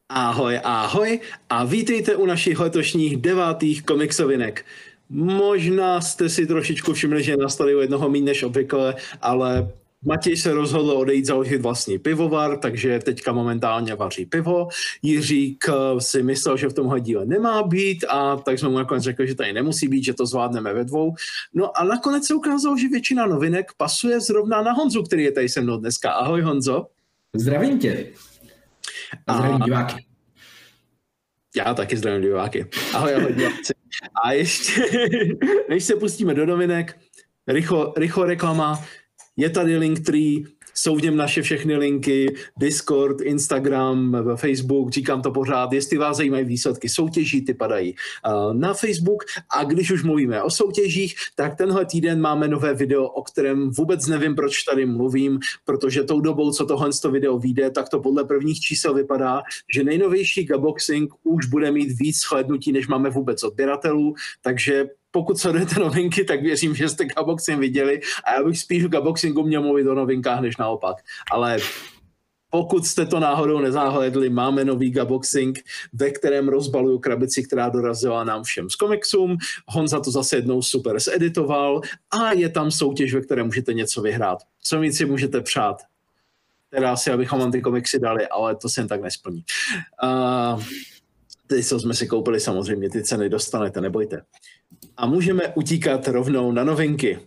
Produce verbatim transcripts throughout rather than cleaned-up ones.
Ahoj, ahoj a vítejte u našich letošních devátých komiksovinek. Možná jste si trošičku všimli, že nastali u jednoho méně než obvykle, ale Matěj se rozhodl odejít založit vlastní pivovar, takže teďka momentálně vaří pivo. Jiřík si myslel, že v tomhle díle nemá být, a tak jsme mu nakonec řekli, že tady nemusí být, že to zvládneme ve dvou. No a nakonec se ukázalo, že většina novinek pasuje zrovna na Honzu, který je tady se mnou dneska. Ahoj, Honzo. Zdravím tě. A zdravím diváky. Já taky zdravím diváky. Ahoj, ahoj diváci. A ještě, než se pustíme do novinek, rychlo, rychlo reklama. Je tady Linktree, jsou v něm naše všechny linky, Discord, Instagram, Facebook, říkám to pořád, jestli vás zajímají výsledky soutěží, ty padají na Facebook. A když už mluvíme o soutěžích, tak tenhle týden máme nové video, o kterém vůbec nevím, proč tady mluvím, protože tou dobou, co tohle video vyjde, tak to podle prvních čísel vypadá, že nejnovější Gaboxing už bude mít víc shlédnutí, než máme vůbec odběratelů, takže pokud sledujete novinky, tak věřím, že jste Gaboxing viděli, a já bych spíš v Gaboxingu měl mluvit o novinkách, než naopak. Ale pokud jste to náhodou nezáhledli, máme nový Gaboxing, ve kterém rozbaluju krabici, která dorazila nám všem z komiksům. Honza to zase jednou super zeditoval a je tam soutěž, ve které můžete něco vyhrát. Co víc si můžete přát? Teda asi, abychom vám ty komiksy dali, ale to se jen tak nesplní. Uh, ty, co jsme si koupili, samozřejmě, ty ceny dostanete, nebojte. A můžeme utíkat rovnou na novinky.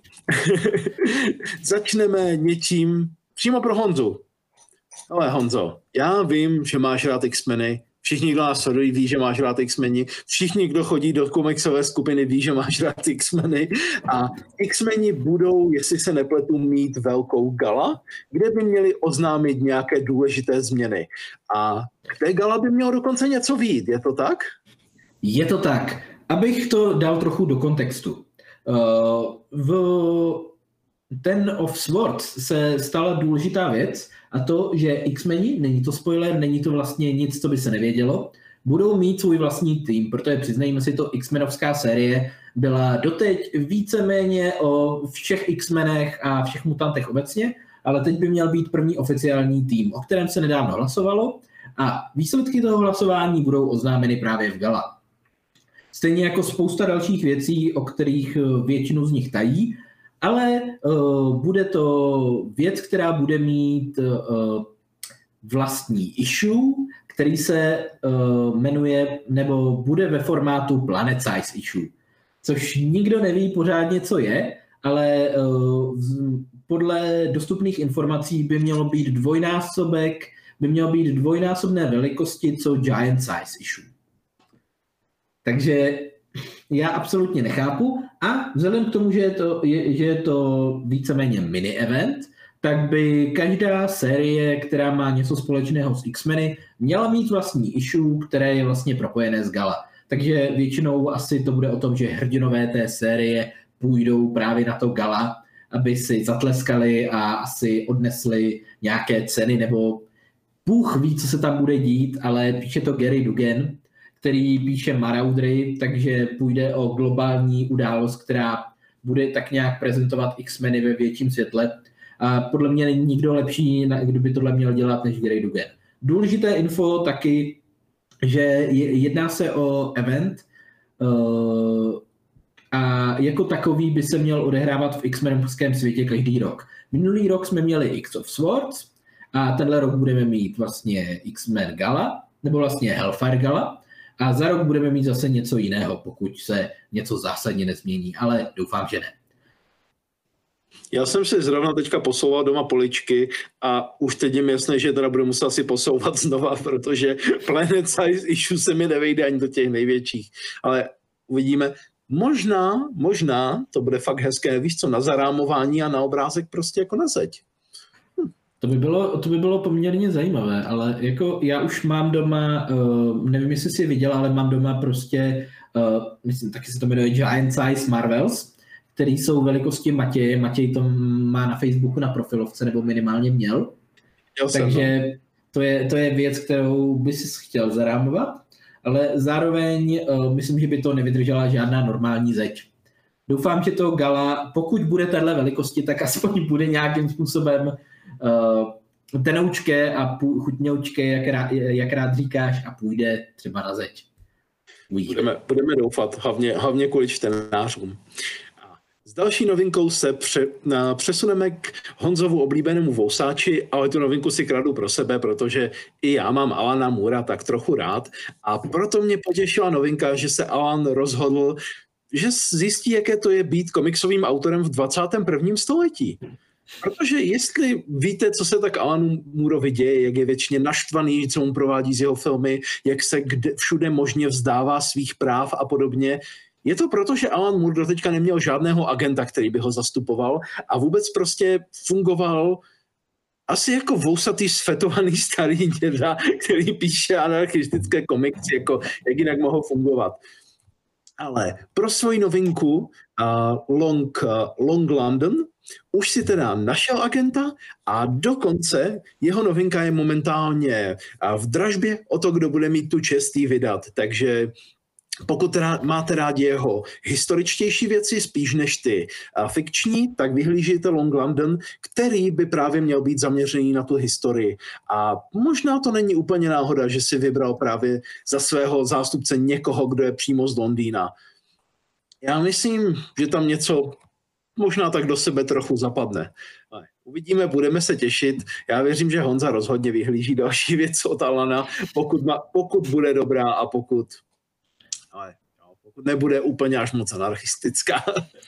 Začneme něčím přímo pro Honzu. Ale Honzo, já vím, že máš rád X-meny. Všichni, kdo nás sledují, ví, že máš rád X-meny. Všichni, kdo chodí do komiksové skupiny, ví, že máš rád X-meny. A X-meni budou, jestli se nepletu, mít velkou gala, kde by měli oznámit nějaké důležité změny. A k té gala by mělo dokonce něco vyjít, je to tak? Je to tak. Abych to dal trochu do kontextu. V Ten of Swords se stala důležitá věc, a to, že X-meni, není to spoiler, není to vlastně nic, co by se nevědělo, budou mít svůj vlastní tým, protože přiznejme si to, X-menovská série byla doteď víceméně o všech X-menech a všech mutantech obecně, ale teď by měl být první oficiální tým, o kterém se nedávno hlasovalo, a výsledky toho hlasování budou oznámeny právě v gala. Stejně jako spousta dalších věcí, o kterých většinu z nich tají, ale uh, bude to věc, která bude mít uh, vlastní issue, který se uh, jmenuje, nebo bude ve formátu Planet Size Issue, což nikdo neví pořádně, co je, ale uh, podle dostupných informací by mělo být dvojnásobek, by mělo být dvojnásobné velikosti, co Giant Size Issue. Takže já absolutně nechápu, a vzhledem k tomu, že je to, je, že je to víceméně mini-event, tak by každá série, která má něco společného s X-meny, měla mít vlastní issue, které je vlastně propojené s gala. Takže většinou asi to bude o tom, že hrdinové té série půjdou právě na to gala, aby si zatleskali a asi odnesli nějaké ceny, nebo Bůh ví, co se tam bude dít, ale píše to Gary Duggan, který píše Maraudery, takže půjde o globální událost, která bude tak nějak prezentovat X-meny ve větším světle. A podle mě není nikdo lepší, kdo by tohle měl dělat, než Gary Duggan. Důležité info taky, že jedná se o event a jako takový by se měl odehrávat v X-menovském světě každý rok. Minulý rok jsme měli X of Swords a tenhle rok budeme mít vlastně X-men Gala, nebo vlastně Hellfire Gala. A za rok budeme mít zase něco jiného, pokud se něco zásadně nezmění, ale doufám, že ne. Já jsem si zrovna teďka posouval doma poličky a už teď je jasné, že teda budu muset asi posouvat znova, protože Planet Size Issue se mi nevejde ani do těch největších. Ale uvidíme. Možná, možná, to bude fakt hezké, víš co, na zarámování a na obrázek prostě jako na zeď. To by bylo, to by bylo poměrně zajímavé, ale jako já už mám doma, uh, nevím, jestli jsi viděla, ale mám doma prostě, uh, myslím, taky se to jmenuje Giant Size Marvels, který jsou velikosti Matěje. Matěj to má na Facebooku na profilovce, nebo minimálně měl. Já Takže to je, to je věc, kterou by si chtěl zarámovat, ale zároveň uh, myslím, že by to nevydržela žádná normální zeď. Doufám, že to gala, pokud bude tahle velikosti, tak aspoň bude nějakým způsobem Uh, tenoučké a pů, chutňoučké, jak, rá, jak rád říkáš, a půjde třeba na zeď. Budeme, budeme doufat, hlavně, hlavně kvůli čtenářům. S další novinkou se pře, na, přesuneme k Honzovu oblíbenému vousáči, ale tu novinku si kradu pro sebe, protože i já mám Alana Moora tak trochu rád a proto mě potěšila novinka, že se Alan rozhodl, že zjistí, jaké to je být komiksovým autorem v dvacátém prvním století. Protože jestli víte, co se tak Alanu Mooreovi děje, jak je většině naštvaný, co mu provádí z jeho filmy, jak se kde, všude možně vzdává svých práv a podobně, je to proto, že Alan Moore doteďka neměl žádného agenta, který by ho zastupoval a vůbec prostě fungoval asi jako vousatý, sfetovaný starý děda, který píše anarchistické komiksy, jako jak jinak mohou fungovat. Ale pro svoji novinku uh, Long, uh, Long London už si teda našel agenta a dokonce jeho novinka je momentálně uh, v dražbě o to, kdo bude mít tu čest jí vydat. Takže pokud máte rádi jeho historičtější věci, spíš než ty uh, fikční, tak vyhlížíte Long London, který by právě měl být zaměřený na tu historii. A možná to není úplně náhoda, že si vybral právě za svého zástupce někoho, kdo je přímo z Londýna. Já myslím, že tam něco možná tak do sebe trochu zapadne. Ale uvidíme, budeme se těšit. Já věřím, že Honza rozhodně vyhlíží další věc od Alana, pokud, ma, pokud bude dobrá a pokud... Ale pokud nebude úplně až moc anarchistická.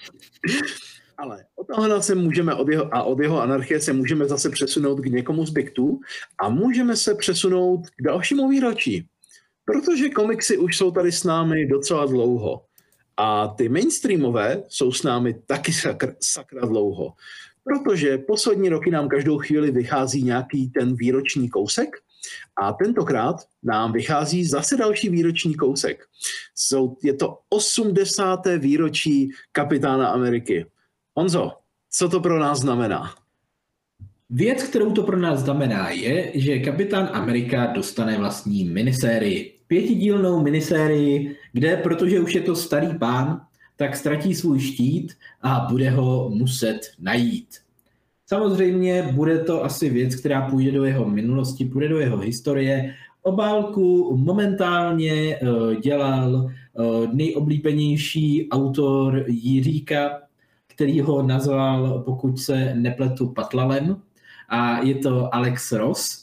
Ale od Alana se můžeme od jeho, a od jeho anarchie se můžeme zase přesunout k někomu z Big Two a můžeme se přesunout k dalšímu výročí. Protože komiksy už jsou tady s námi docela dlouho. A ty mainstreamové jsou s námi taky sakra, sakra dlouho. Protože poslední roky nám každou chvíli vychází nějaký ten výroční kousek a tentokrát nám vychází zase další výroční kousek. Jsou, je to osmdesáté výročí Kapitána Ameriky. Honzo, co to pro nás znamená? Věc, kterou to pro nás znamená, je, že Kapitán Amerika dostane vlastní minisérii. Pětidílnou minisérii, kde, protože už je to starý pán, tak ztratí svůj štít a bude ho muset najít. Samozřejmě bude to asi věc, která půjde do jeho minulosti, půjde do jeho historie. Obálku momentálně dělal nejoblíbenější autor Jiříka, který ho nazval, pokud se nepletu, Patlalem, a je to Alex Ross.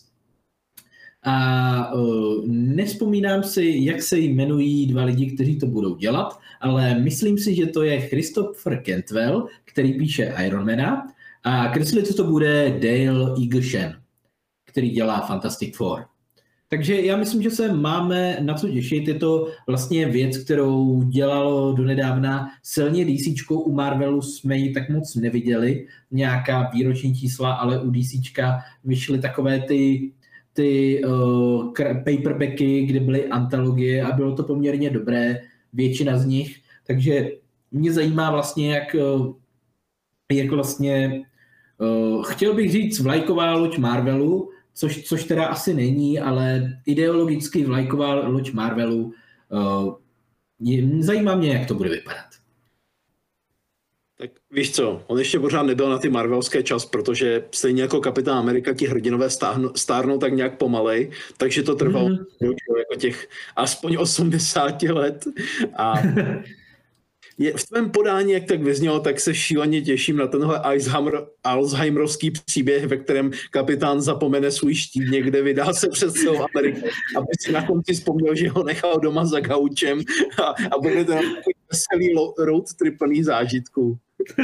A uh, nevzpomínám si, jak se jmenují dva lidi, kteří to budou dělat, ale myslím si, že to je Christopher Cantwell, který píše Ironmana, a kreslit to bude Dale Eaglesham, který dělá Fantastic Four. Takže já myslím, že se máme na co těšit. Je to vlastně věc, kterou dělalo donedávna silně DCčko. U Marvelu jsme ji tak moc neviděli, nějaká výroční čísla, ale u DCčka vyšly takové ty ty uh, paperbacky, kde byly antologie a bylo to poměrně dobré, většina z nich, takže mě zajímá vlastně, jak, jak vlastně uh, chtěl bych říct vlajková loď Marvelu, což, což teda asi není, ale ideologicky vlajková loď Marvelu, uh, je, zajímá mě, jak to bude vypadat. Tak víš co, on ještě pořád nebyl na ty marvelské čas, protože stejně jako Kapitán Amerika ti hrdinové stárnou, stárnou tak nějak pomalej, takže to trvalo mm. jako těch aspoň osmdesát let. A je, v tvém podání, jak tak vyznělo, tak se šíleně těším na tenhle Alzheimerovský příběh, ve kterém kapitán zapomene svůj štít někde, vydá se přes celou Ameriku, aby si na konci vzpomněl, že ho nechal doma za gaučem a, a bude to takový veselý road trip plný zážitků.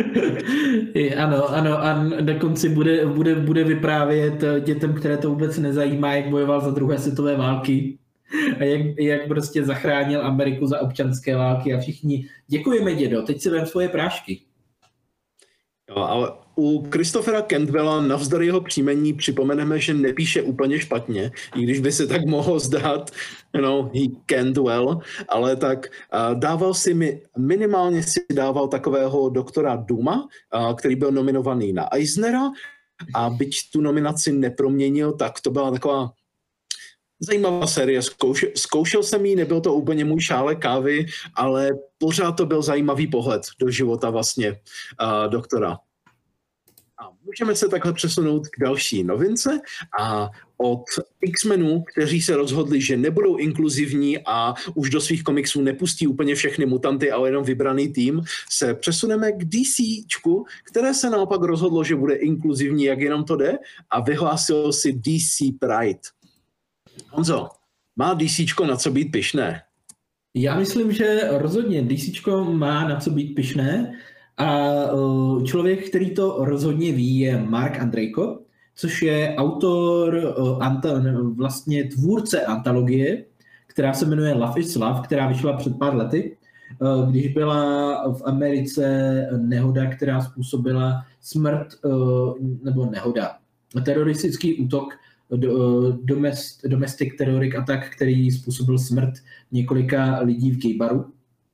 Ano, ano, a na konci bude, bude, bude vyprávět dětem, které to vůbec nezajímá, jak bojoval za druhé světové války a jak, jak prostě zachránil Ameriku za občanské války a všichni děkujeme, dědo, teď si vem svoje prášky. Jo, ale u Christophera Cantwella navzdory jeho příjmení připomeneme, že nepíše úplně špatně, i když by se tak mohlo zdát, you know, he can't well, ale tak uh, dával si mi, minimálně si dával takového doktora Duma, uh, který byl nominovaný na Eisnera a byť tu nominaci neproměnil, tak to byla taková zajímavá série. Zkoušel, zkoušel jsem ji, nebyl to úplně můj šálek kávy, ale pořád to byl zajímavý pohled do života vlastně uh, doktora. A můžeme se takhle přesunout k další novince a od X-menů, kteří se rozhodli, že nebudou inkluzivní a už do svých komiksů nepustí úplně všechny mutanty, ale jenom vybraný tým, se přesuneme k DCčku, které se naopak rozhodlo, že bude inkluzivní, jak jenom to jde, a vyhlásilo si D C Pride. Honzo, má DCčko na co být pyšné? Já myslím, že rozhodně DCčko má na co být pyšné. A člověk, který to rozhodně ví, je Mark Andrejko, což je autor, vlastně tvůrce antologie, která se jmenuje Love is Love, která vyšla před pár lety, když byla v Americe nehoda, která způsobila smrt, nebo nehoda, teroristický útok, domestic terroric attack, který způsobil smrt několika lidí v gay baru.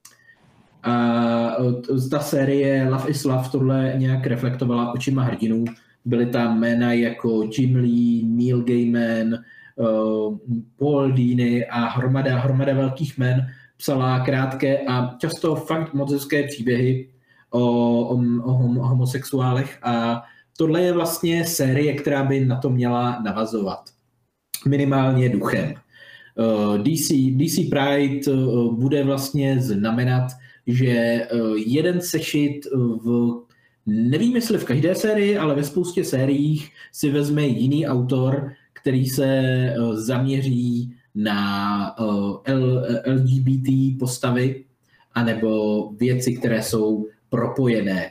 A ta série Love is Love tohle nějak reflektovala očima hrdinů. Byly tam jména jako Jim Lee, Neil Gaiman, Paul Dini a hromada, hromada velkých jmen psala krátké a často fakt moc hezké příběhy o, o, o homosexuálech a tohle je vlastně série, která by na to měla navazovat. Minimálně duchem. D C, D C Pride bude vlastně znamenat, že jeden sešit v, nevím jestli v každé sérii, ale ve spoustě sériích si vezme jiný autor, který se zaměří na L G B T postavy anebo věci, které jsou propojené.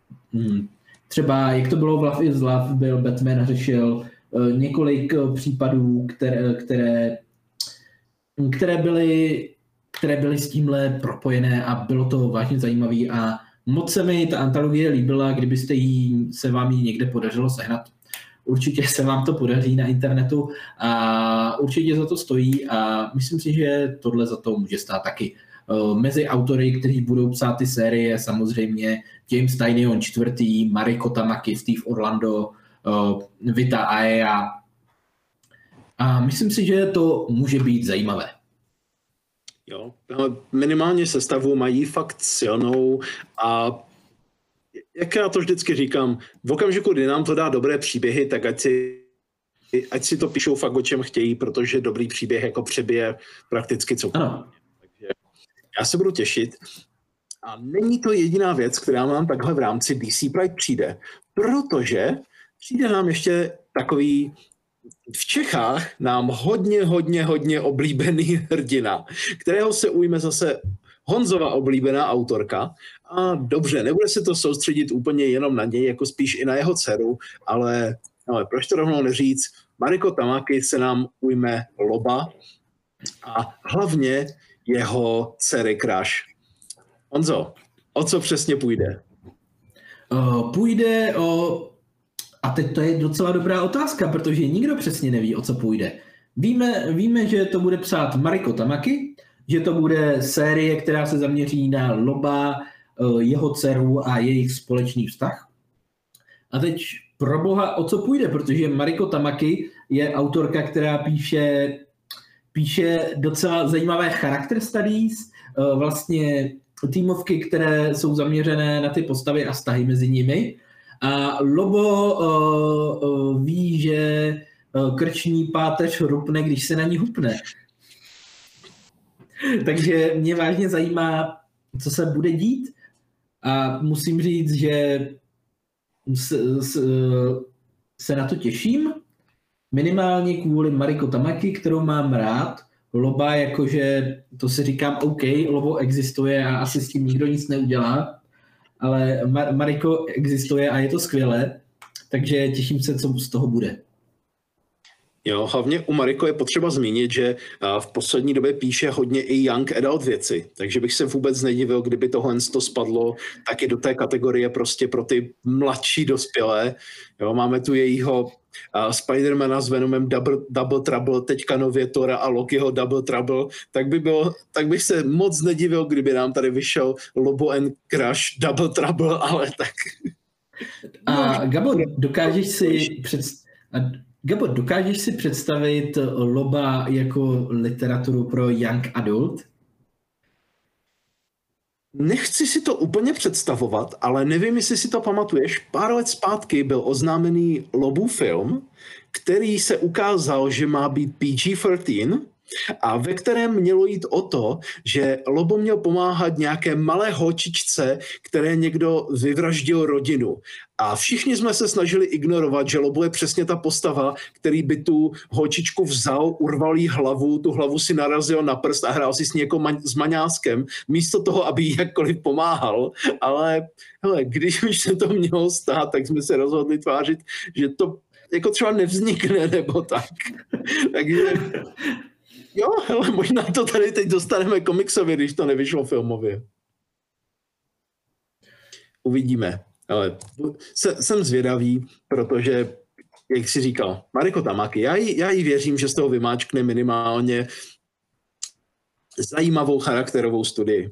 Třeba, jak to bylo v Love is Love, byl Batman řešil několik případů, které, které, které byly které byly s tímhle propojené a bylo to vážně zajímavé a moc se mi ta antologie líbila, kdybyste jí, se vám ji někde podařilo sehnat. Určitě se vám to podaří na internetu a určitě za to stojí a myslím si, že tohle za to může stát taky. Mezi autory, kteří budou psát ty série, samozřejmě James Tynion čtvrtý, Mariko Tamaki, Steve Orlando, Vita Aea a myslím si, že to může být zajímavé. Jo, minimálně sestavu mají fakt silnou a jak já to vždycky říkám, v okamžiku, kdy nám to dá dobré příběhy, tak ať si, ať si to píšou fakt o čem chtějí, protože dobrý příběh jako přebije prakticky cokoliv. Takže já se budu těšit. A není to jediná věc, která nám takhle v rámci D C Pride přijde, protože přijde nám ještě takový v Čechách nám hodně, hodně, hodně oblíbený hrdina, kterého se ujme zase Honzova oblíbená autorka. A dobře, nebude se to soustředit úplně jenom na něj, jako spíš i na jeho dceru, ale, ale proč to rovnou neříct, Mariko Tamaki se nám ujme Loba a hlavně jeho dcery Crush. Honzo, o co přesně půjde? Uh, půjde o... A teď to je docela dobrá otázka, protože nikdo přesně neví, o co půjde. Víme, víme, že to bude psát Mariko Tamaki, že to bude série, která se zaměří na Loba, jeho dceru a jejich společný vztah. A teď pro boha, o co půjde, protože Mariko Tamaki je autorka, která píše, píše docela zajímavé character studies, vlastně týmovky, které jsou zaměřené na ty postavy a vztahy mezi nimi. A Lobo uh, uh, ví, že uh, krční páteř rupne, když se na ní hupne. Takže mě vážně zajímá, co se bude dít. A musím říct, že se, se, se na to těším. Minimálně kvůli Mariko Tamaki, kterou mám rád. Loba, jakože to si říkám, OK, Lobo existuje a asi s tím nikdo nic neudělá. Ale Mar- Mariko existuje a je to skvělé, takže těším se, co z toho bude. Jo, hlavně u Mariko je potřeba zmínit, že v poslední době píše hodně i young adult věci, takže bych se vůbec nedivil, kdyby tohle to spadlo taky do té kategorie prostě pro ty mladší dospělé. Jo, máme tu jejího uh, Spidermana s Venomem Double, Double Trouble, teďka nově Thora a Lokiho Double Trouble, tak, by bylo, tak bych se moc nedivil, kdyby nám tady vyšel Lobo and Crush Double Trouble, ale tak... A Gabo, dokážeš si představit... Gabo, dokážeš si představit Loba jako literaturu pro young adult? Nechci si to úplně představovat, ale nevím, jestli si to pamatuješ. Pár let zpátky byl oznámený Lobův film, který se ukázal, že má být P G třináct a ve kterém mělo jít o to, že Lobo měl pomáhat nějaké malé holčičce, které někdo vyvraždil rodinu. A všichni jsme se snažili ignorovat, že Lobo je přesně ta postava, který by tu holčičku vzal, urval jí hlavu, tu hlavu si narazil na prst a hrál si s ní jako ma- s maňáskem, místo toho, aby jí jakkoliv pomáhal. Ale hele, když už se to mělo stát, tak jsme se rozhodli tvářit, že to jako třeba nevznikne, nebo tak. Takže jo, hele, možná to tady teď dostaneme komiksově, když to nevyšlo filmově. Uvidíme. Ale jsem zvědavý, protože, jak jsi říkal, Mariko Tamaki, já jí, já jí věřím, že z toho vymáčkne minimálně zajímavou charakterovou studii.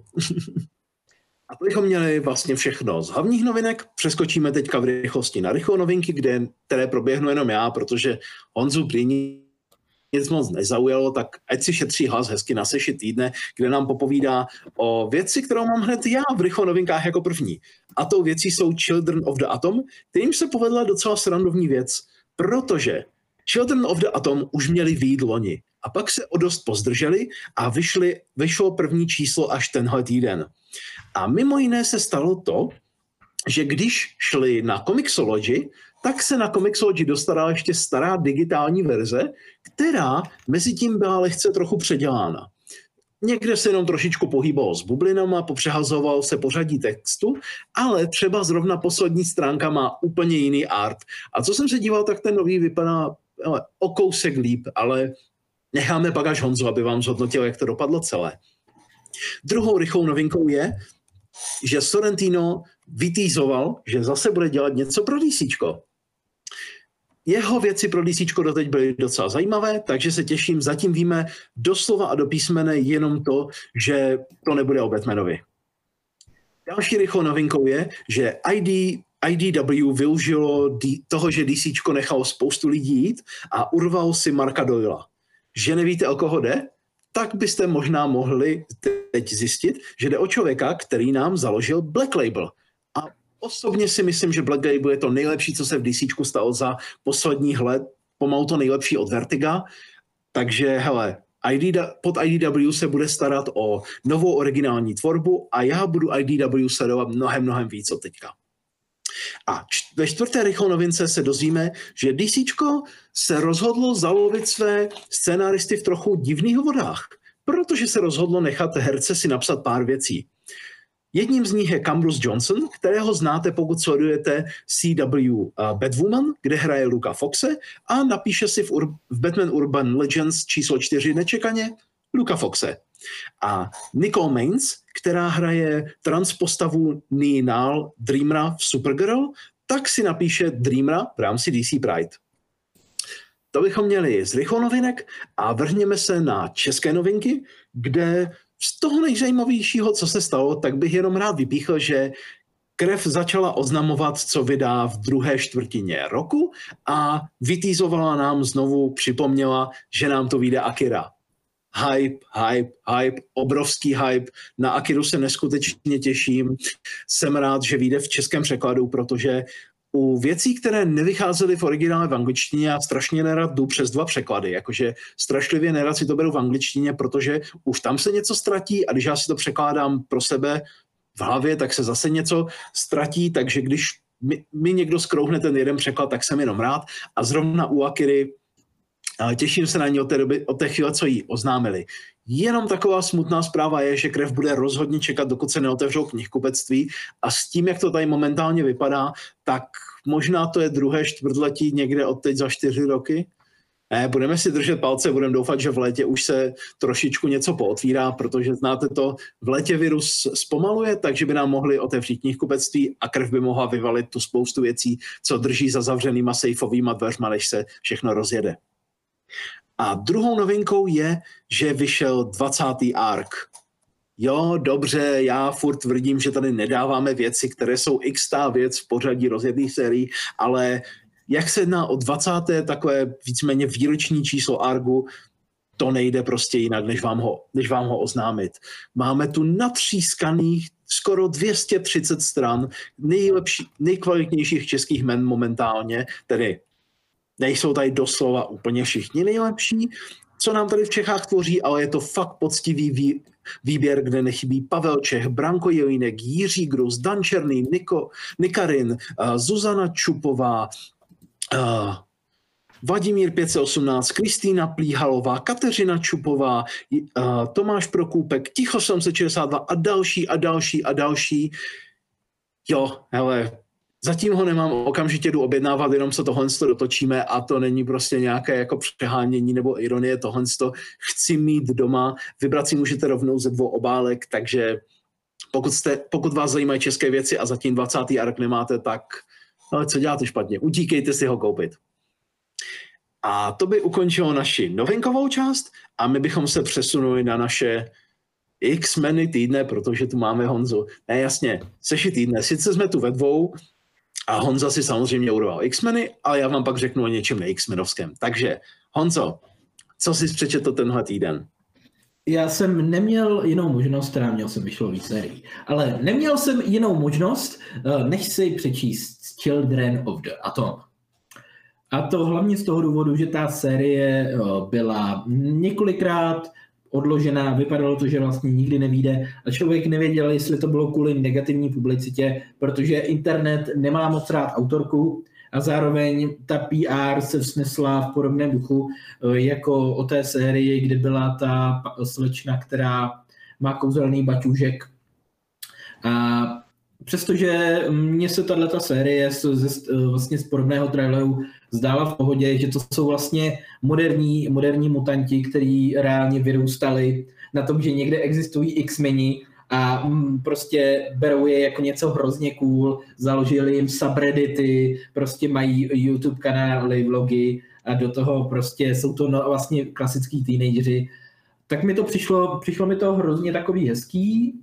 A to bychom měli vlastně všechno z hlavních novinek. Přeskočíme teďka v rychlosti na rychlé novinky, kde, které proběhnu jenom já, protože Honzu prý nic moc nezaujalo, tak ať si šetří hlas hezky na sešit týdne, kde nám popovídá o věci, kterou mám hned já v rychlo novinkách jako první. A tou věcí jsou Children of the Atom, kterým se povedla docela srandovní věc, protože Children of the Atom už měli vyjít loni. A pak se o dost pozdrželi a vyšli, vyšlo první číslo až tenhle týden. A mimo jiné se stalo to, že když šli na Comixology, tak se na Comixology dostala ještě stará digitální verze, která mezi tím byla lehce trochu předělána. Někde se jenom trošičku pohýbalo s bublinama, popřehazoval se pořadí textu, ale třeba zrovna poslední stránka má úplně jiný art. A co jsem se díval, tak ten nový vypadá hele, o kousek líp, ale necháme pak až Honzu, aby vám zhodnotil, jak to dopadlo celé. Druhou rychlou novinkou je, že Sorrentino vytýzoval, že zase bude dělat něco pro DCčko. Jeho věci pro DCčko doteď byly docela zajímavé, takže se těším. Zatím víme doslova a do písmene jenom to, že to nebude o Batmanovi. Další rychlou novinkou je, že I D, I D W využilo D, toho, že DCčko nechalo spoustu lidí jít a urval si Marka Doyla. Že nevíte, o koho jde? Tak byste možná mohli teď zjistit, že jde o člověka, který nám založil Black Label. A osobně si myslím, že Black Label je to nejlepší, co se v DCčku stalo za posledních let, pomalu to nejlepší od Vertiga. Takže hele, I D, pod I D W se bude starat o novou originální tvorbu a já budu I D W sledovat mnohem, mnohem víc od teďka. A ve čtvrté rychlé novince se dozvíme, že DCčko se rozhodlo zalovit své scénaristy v trochu divných vodách, protože se rozhodlo nechat herce si napsat pár věcí. Jedním z nich je Cambrus Johnson, kterého znáte, pokud sledujete C W uh, Batwoman, kde hraje Luka Foxe a napíše si v, Ur- v Batman Urban Legends číslo čtyři nečekaně Luka Foxe. A Nicole Maines, která hraje transpostavu Nínal Dreamera v Supergirl, tak si napíše Dreamera v rámci D C Pride. To bychom měli z rychlou novinek a vrhněme se na české novinky, kde z toho nejzajímavějšího, co se stalo, tak bych jenom rád vypíchl, že Krev začala oznamovat, co vydá v druhé čtvrtině roku a vytýzovala nám znovu, připomněla, že nám to vyjde Akira. Hype, hype, hype, obrovský hype. Na Akiru se neskutečně těším. Jsem rád, že vyjde v českém překladu, protože u věcí, které nevycházely v originále v angličtině, já strašně nerad jdu přes dva překlady. Jakože strašlivě nerad si to beru v angličtině, protože už tam se něco ztratí a když já si to překládám pro sebe v hlavě, tak se zase něco ztratí, takže když mi, mi někdo skrouhne ten jeden překlad, tak jsem jenom rád. A zrovna u Akiry těším se na ní od té doby, od té chvíle, co jí oznámili. Jenom taková smutná zpráva je, že Krev bude rozhodně čekat, dokud se neotevřou knihkupectví a s tím, jak to tady momentálně vypadá, tak možná to je druhé čtvrtletí někde od teď za čtyři roky. Ne, budeme si držet palce, budeme doufat, že v létě už se trošičku něco pootvírá, protože znáte to, v létě virus zpomaluje, takže by nám mohli otevřít knihkupectví a Krev by mohla vyvalit tu spoustu věcí, co drží za zavřenýma sejfovýma dveřma, než se všechno rozjede. A druhou novinkou je, že vyšel dvacátý ark. Jo, dobře, já furt tvrdím, že tady nedáváme věci, které jsou x-tá věc v pořadí rozjetých sérií, ale jak se jedná o dvacáté takové víceméně výroční číslo argu, to nejde prostě jinak, než vám ho, než vám ho oznámit. Máme tu natřískaných skoro dvě stě třicet stran nejlepší, nejkvalitnějších českých men momentálně, tedy nejsou tady doslova úplně všichni nejlepší, co nám tady v Čechách tvoří, ale je to fakt poctivý vý, výběr, kde nechybí Pavel Čech, Branko Jelínek, Jiří Grus, Dan Černý, Niko, Nikarin, uh, Zuzana Čupová, uh, Vladimír pět set osmnáct, Kristýna Plíhalová, Kateřina Čupová, uh, Tomáš Prokůpek, Ticho sedm set šedesát dva a další a další a další. Jo, hele, zatím ho nemám, okamžitě jdu objednávat, jenom se tohle dotočíme a to není prostě nějaké jako přehánění nebo ironie, tohle chci mít doma, vybrat si můžete rovnou ze dvou obálek, takže pokud, jste, pokud vás zajímají české věci a zatím dvacátý ark nemáte, tak ale co děláte špatně, utíkejte si ho koupit. A to by ukončilo naši novinkovou část a my bychom se přesunuli na naše X-meny týdne, protože tu máme Honzu. Ne, jasně, seši týdne, sice jsme tu ve dvou, a Honza si samozřejmě urval X-meny, ale já vám pak řeknu o něčem na X-menovském. Takže, Honzo, co jsi přečetl tenhle týden? Já jsem neměl jinou možnost, teda měl jsem vyšlo víc sérií, ale neměl jsem jinou možnost, než si přečíst Children of the Atom. A to hlavně z toho důvodu, že ta série byla několikrát odložená, vypadalo to, že vlastně nikdy nevyjde a člověk nevěděl, jestli to bylo kvůli negativní publicitě, protože internet nemá moc rád autorku a zároveň ta P R se vznesla v podobném duchu jako o té sérii, kde byla ta slečna, která má kouzelný baťůžek. A přestože mně se tato série z, z, vlastně z podobného traileru zdála v pohodě, že to jsou vlastně moderní, moderní mutanti, kteří reálně vyrůstali na tom, že někde existují X-meni a prostě berou je jako něco hrozně cool, založili jim subreddity, prostě mají YouTube kanály, vlogy a do toho prostě jsou to no, vlastně klasický teenageři. Tak mi to přišlo, přišlo mi to hrozně takový hezký,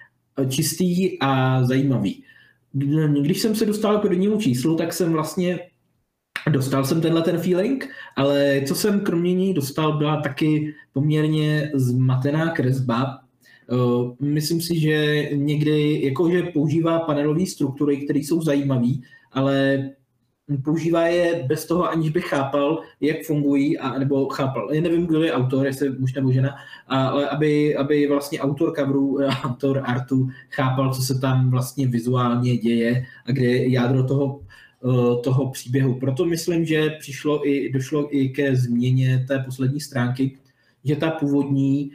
čistý a zajímavý. Když jsem se dostal k prvnímu číslu, tak jsem vlastně dostal jsem tenhle ten feeling, ale co jsem kromě ní dostal, byla taky poměrně zmatená kresba. Myslím si, že někdy jakože používá panelové struktury, které jsou zajímavé, ale používá je bez toho, aniž by chápal, jak fungují, a, nebo chápal, já nevím, kdo je autor, jestli muž nebo žena, ale aby, aby vlastně autor coveru, autor artu chápal, co se tam vlastně vizuálně děje a kde je jádro toho, toho příběhu. Proto myslím, že přišlo i, došlo i ke změně té poslední stránky, že ta původní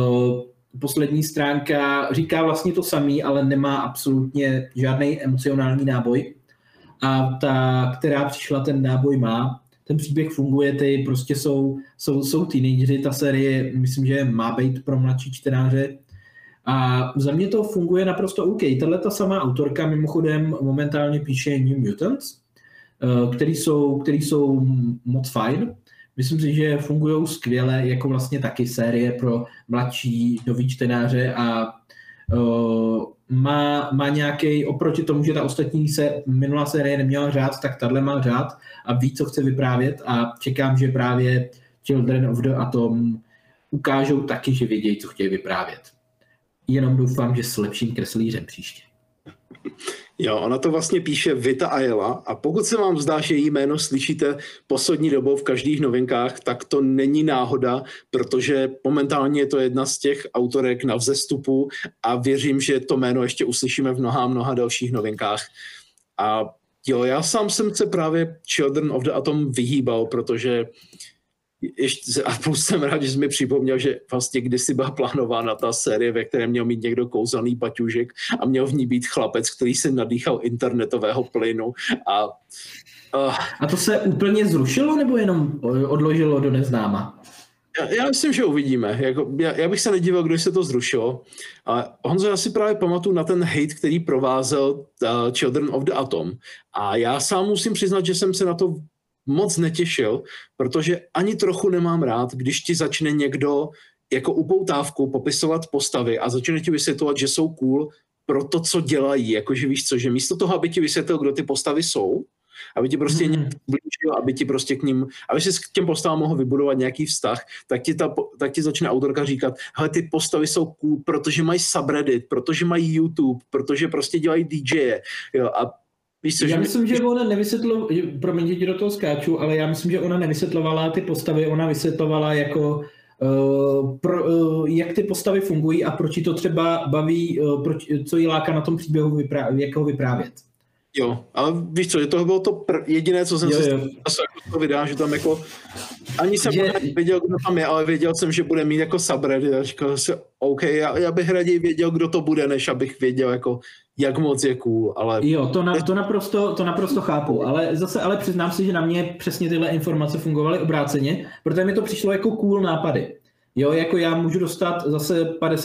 poslední stránka říká vlastně to samé, ale nemá absolutně žádný emocionální náboj. A ta, která přišla, ten náboj má. Ten příběh funguje, ty prostě jsou, jsou, jsou teenageři, ta série, myslím, že má být pro mladší čtenáře. A za mě to funguje naprosto OK. Tahle ta samá autorka mimochodem momentálně píše New Mutants, který jsou, který jsou moc fajn. Myslím si, že fungují skvěle jako vlastně taky série pro mladší nový čtenáře a uh, má, má nějaký, oproti tomu, že ta ostatní se, minulá série neměla řád, tak tahle má řád a ví, co chce vyprávět a čekám, že právě Children of the Atom ukážou taky, že vědějí, co chtějí vyprávět. Jenom doufám, že s lepším kreslířem příště. Jo, ona to vlastně píše Vita Ayala a pokud se vám zdá, že její jméno slyšíte poslední dobou v každých novinkách, tak to není náhoda, protože momentálně je to jedna z těch autorek na vzestupu a věřím, že to jméno ještě uslyšíme v mnoha mnoha dalších novinkách. A jo, já sám jsem se právě Children of the Atom vyhýbal, protože ještě, a plus jsem rád, že jsi mi připomněl, že vlastně kdysi byla plánována ta série, ve které měl mít někdo kouzelný baťůžek a měl v ní být chlapec, který se nadýchal internetového plynu. A, uh, a to se úplně zrušilo nebo jenom odložilo do neznáma? Já, já myslím, že uvidíme. Jako, já, já bych se nedíval, kdo se to zrušilo. Ale Honzo, já si právě pamatuju na ten hate, který provázel uh, Children of the Atom. A já sám musím přiznat, že jsem se na to moc netěšil, protože ani trochu nemám rád, když ti začne někdo jako upoutávku popisovat postavy a začne ti vysvětlovat, že jsou cool pro to, co dělají. Jakože víš co, že místo toho, aby ti vysvětlil, kdo ty postavy jsou, aby ti prostě mm. nějak blížil, aby ti prostě k ním, aby si k těm postavám mohl vybudovat nějaký vztah, tak ti, ta, tak ti začne autorka říkat, hele, ty postavy jsou cool, protože mají subreddit, protože mají YouTube, protože prostě dělají D J, jo, a víš co, já že myslím, my... že ona nevysvětlovala, promiň, že ti do toho skáču, ale já myslím, že ona nevysvětlovala ty postavy, ona vysvětlovala jako Uh, pro, uh, jak ty postavy fungují a proč to třeba baví, uh, proč, co jí láká na tom příběhu, vyprá, jak ho vyprávět. Jo, ale víš co, to bylo to pr- jediné, co jsem jo, si z toho vydal, že tam jako ani jsem že... věděl, kdo tam je, ale věděl jsem, že bude mít jako subreddit a říkal jsem, OK, já, já bych raději věděl, kdo to bude, než abych věděl, jako, jak moc je cool, ale... Jo, to, na, to, naprosto, to naprosto chápu, ale zase ale přiznám si, že na mě přesně tyhle informace fungovaly obráceně, protože mi to přišlo jako cool nápady. Jo, jako já můžu dostat zase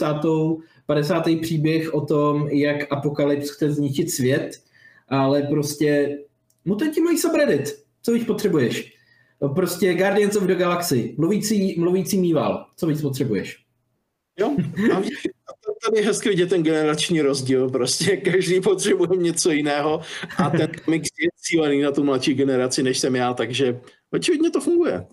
padesátý příběh o tom, jak Apokalypse chce zničit svět, ale prostě mutanti mají subreddit, co víc potřebuješ. Prostě Guardians of the Galaxy, mluvící, mluvící mýval, co víc potřebuješ. Jo, a tady je hezky vidět ten generační rozdíl, prostě každý potřebuje něco jiného a ten mix je cílený na tu mladší generaci, než jsem já, takže očividně to funguje.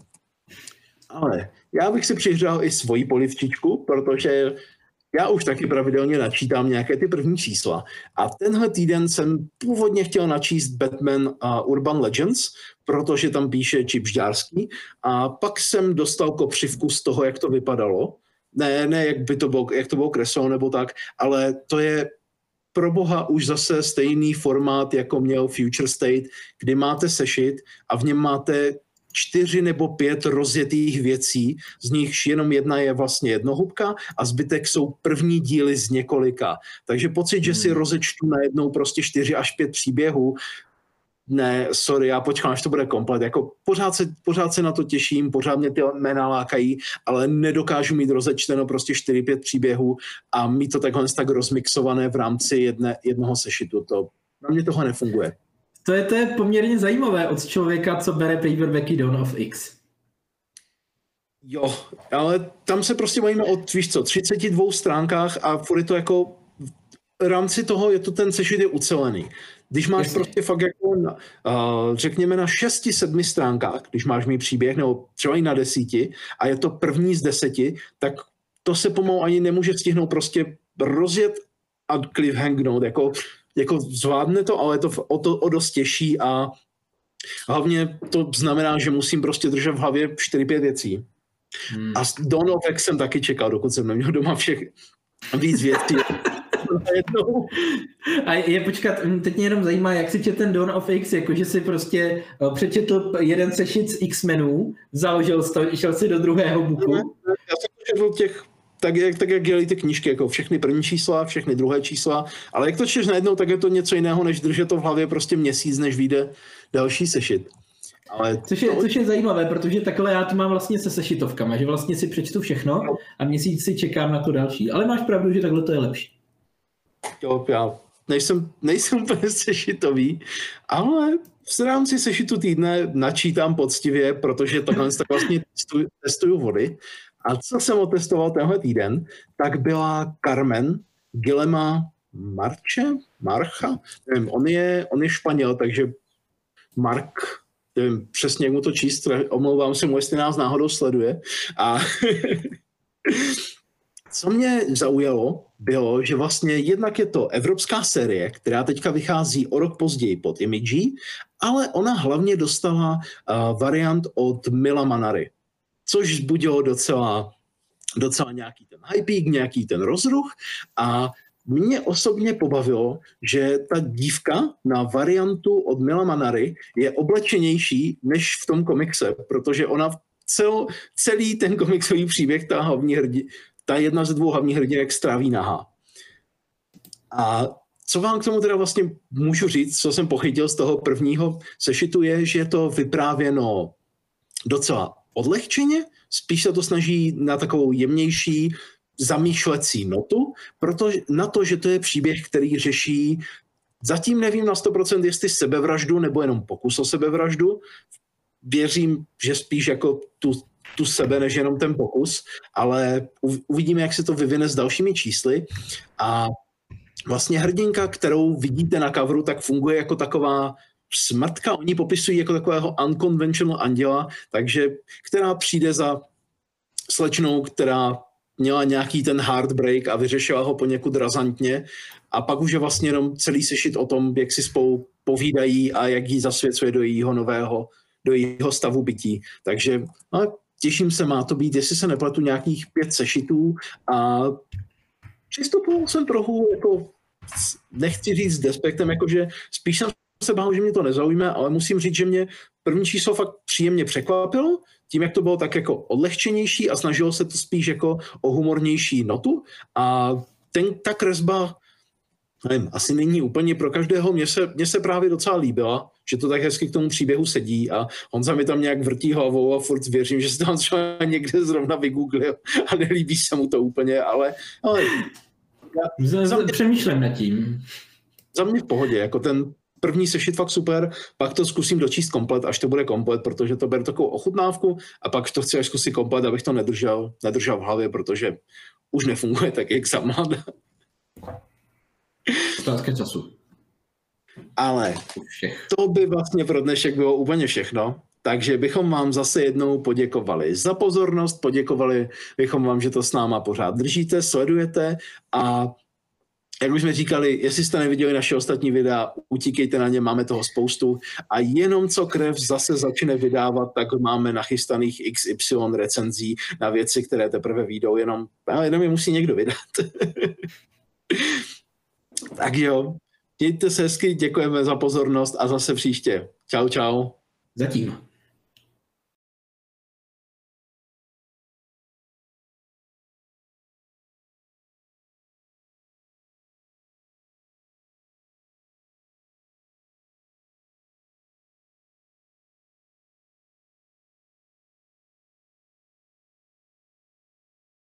Ale já bych si přihřál i svoji polivčičku, protože já už taky pravidelně načítám nějaké ty první čísla. A tenhle týden jsem původně chtěl načíst Batman uh, Urban Legends, protože tam píše Čip Žďárský. A pak jsem dostal kopřivku z toho, jak to vypadalo. Ne, ne jak, by to bylo, jak to bylo kresleno nebo tak, ale to je pro boha už zase stejný formát, jako měl Future State, kdy máte sešit a v něm máte čtyři nebo pět rozjetých věcí, z nichž jenom jedna je vlastně jednohubka a zbytek jsou první díly z několika. Takže pocit, že si rozečtu najednou prostě čtyři až pět příběhů, ne, sorry, já počkám, až to bude komplet. Jako pořád se, pořád se na to těším, pořád mě ty jména lákají, ale nedokážu mít rozečteno prostě čtyři pět příběhů a mít to takhle tak rozmixované v rámci jedné, jednoho sešitu. To na mě toho nefunguje. To je, to je poměrně zajímavé od člověka, co bere paperbacky Dawn of X. Jo, ale tam se prostě bavíme o, víš co, třiceti dvou stránkách a furt je to jako, v rámci toho je to ten sešit je ucelený. Když máš Jasně. prostě fakt jako, na, uh, řekněme na šesti, sedmi stránkách, když máš mý příběh, nebo třeba i na desíti, a je to první z deseti, tak to se pomalu ani nemůže stihnout prostě rozjet a cliffhangnout, jako jako zvládne to, ale je to o, to, o dost těžší a hlavně to znamená, že musím prostě držet v hlavě čtyři pět věcí. Hmm. A Dawn of X jsem taky čekal, dokud jsem neměl doma všech víc věcí. A je, počkat, teď mě jenom zajímá, jak si čet ten Dawn of X, jakože si prostě přečetl jeden sešit z X-menů, založil to, šel si do druhého buku. Já jsem četl těch Tak jak, tak jak dělají ty knížky, jako všechny první čísla, všechny druhé čísla, ale jak to čteš najednou, tak je to něco jiného, než držet to v hlavě prostě měsíc, než vyjde další sešit. Ale což, je, to... což je zajímavé, protože takhle já to mám vlastně se sešitovkama, že vlastně si přečtu všechno a měsíc si čekám na to další. Ale máš pravdu, že takhle to je lepší. Jo, já nejsem, nejsem úplně sešitový, ale v rámci sešitu týdne načítám poctivě, protože takhle tak vlastně testuju, testuju vody. A co jsem otestoval tenhle týden, tak byla Carmen Guillema Marche, Marcha, nevím, on je, on je Španěl, takže Mark, nevím přesně, jak mu to číst, omlouvám se mu, jestli nás náhodou sleduje. A co mě zaujalo, bylo, že vlastně jednak je to evropská série, která teďka vychází o rok později pod Imagi, ale ona hlavně dostala uh, variant od Mila Manary, což zbudilo docela, docela nějaký ten hypík, nějaký ten rozruch a mě osobně pobavilo, že ta dívka na variantu od Mila Manary je oblečenější než v tom komikse, protože ona cel, celý ten komiksový příběh, ta hlavní hrdí, ta jedna ze dvou hlavních hrdinek stráví nahá. A co vám k tomu teda vlastně můžu říct, co jsem pochytil z toho prvního sešitu, je, že je to vyprávěno docela odlehčeně, spíš se to snaží na takovou jemnější zamýšlecí notu, protože na to, že to je příběh, který řeší, zatím nevím na sto procent, jestli sebevraždu nebo jenom pokus o sebevraždu. Věřím, že spíš jako tu, tu sebe, než jenom ten pokus, ale uvidíme, jak se to vyvine s dalšími čísly. A vlastně hrdinka, kterou vidíte na coveru, tak funguje jako taková Smrtka oni popisují jako takového unconventional anděla, takže která přijde za slečnou, která měla nějaký ten heartbreak a vyřešila ho poněkud razantně a pak už je vlastně jenom celý sešit o tom, jak si spolu povídají a jak jí zasvěcuje do jejího nového, do jejího stavu bytí. Takže no, těším se, má to být, jestli se nepletu, nějakých pět sešitů a přistupoval jsem trochu jako, nechci říct s despektem, jakože spíš jsem se bál, že mě to nezaujme, ale musím říct, že mě první číslo fakt příjemně překvapilo, tím, jak to bylo tak jako odlehčenější a snažilo se to spíš jako o humornější notu a ten, ta kresba, nevím, asi není úplně pro každého, mně se, mně se právě docela líbila, že to tak hezky k tomu příběhu sedí a Honza mi tam nějak vrtí hlavou a furt věřím, že se tam třeba někde zrovna vygooglil a nelíbí se mu to úplně, ale, ale já, za mě, přemýšlím nad tím. Za mě v pohodě, jako ten první sešit fakt super, pak to zkusím dočíst komplet, až to bude komplet, protože to beru takovou ochutnávku a pak to chci až zkusit komplet, abych to nedržel, nedržel v hlavě, protože už nefunguje tak, jak zamlada. Otázka času. Ale to by vlastně pro dnešek bylo úplně všechno. Takže bychom vám zase jednou poděkovali za pozornost, poděkovali bychom vám, že to s náma pořád držíte, sledujete a jak už jsme říkali, jestli jste neviděli naše ostatní videa, utíkejte na ně, máme toho spoustu a jenom co krev zase začne vydávat, tak máme nachystaných iks ypsilon recenzí na věci, které teprve vyjdou, jenom, jenom je musí někdo vydat. Tak jo, mějte se hezky, děkujeme za pozornost a zase příště. Čau, čau. Zatím.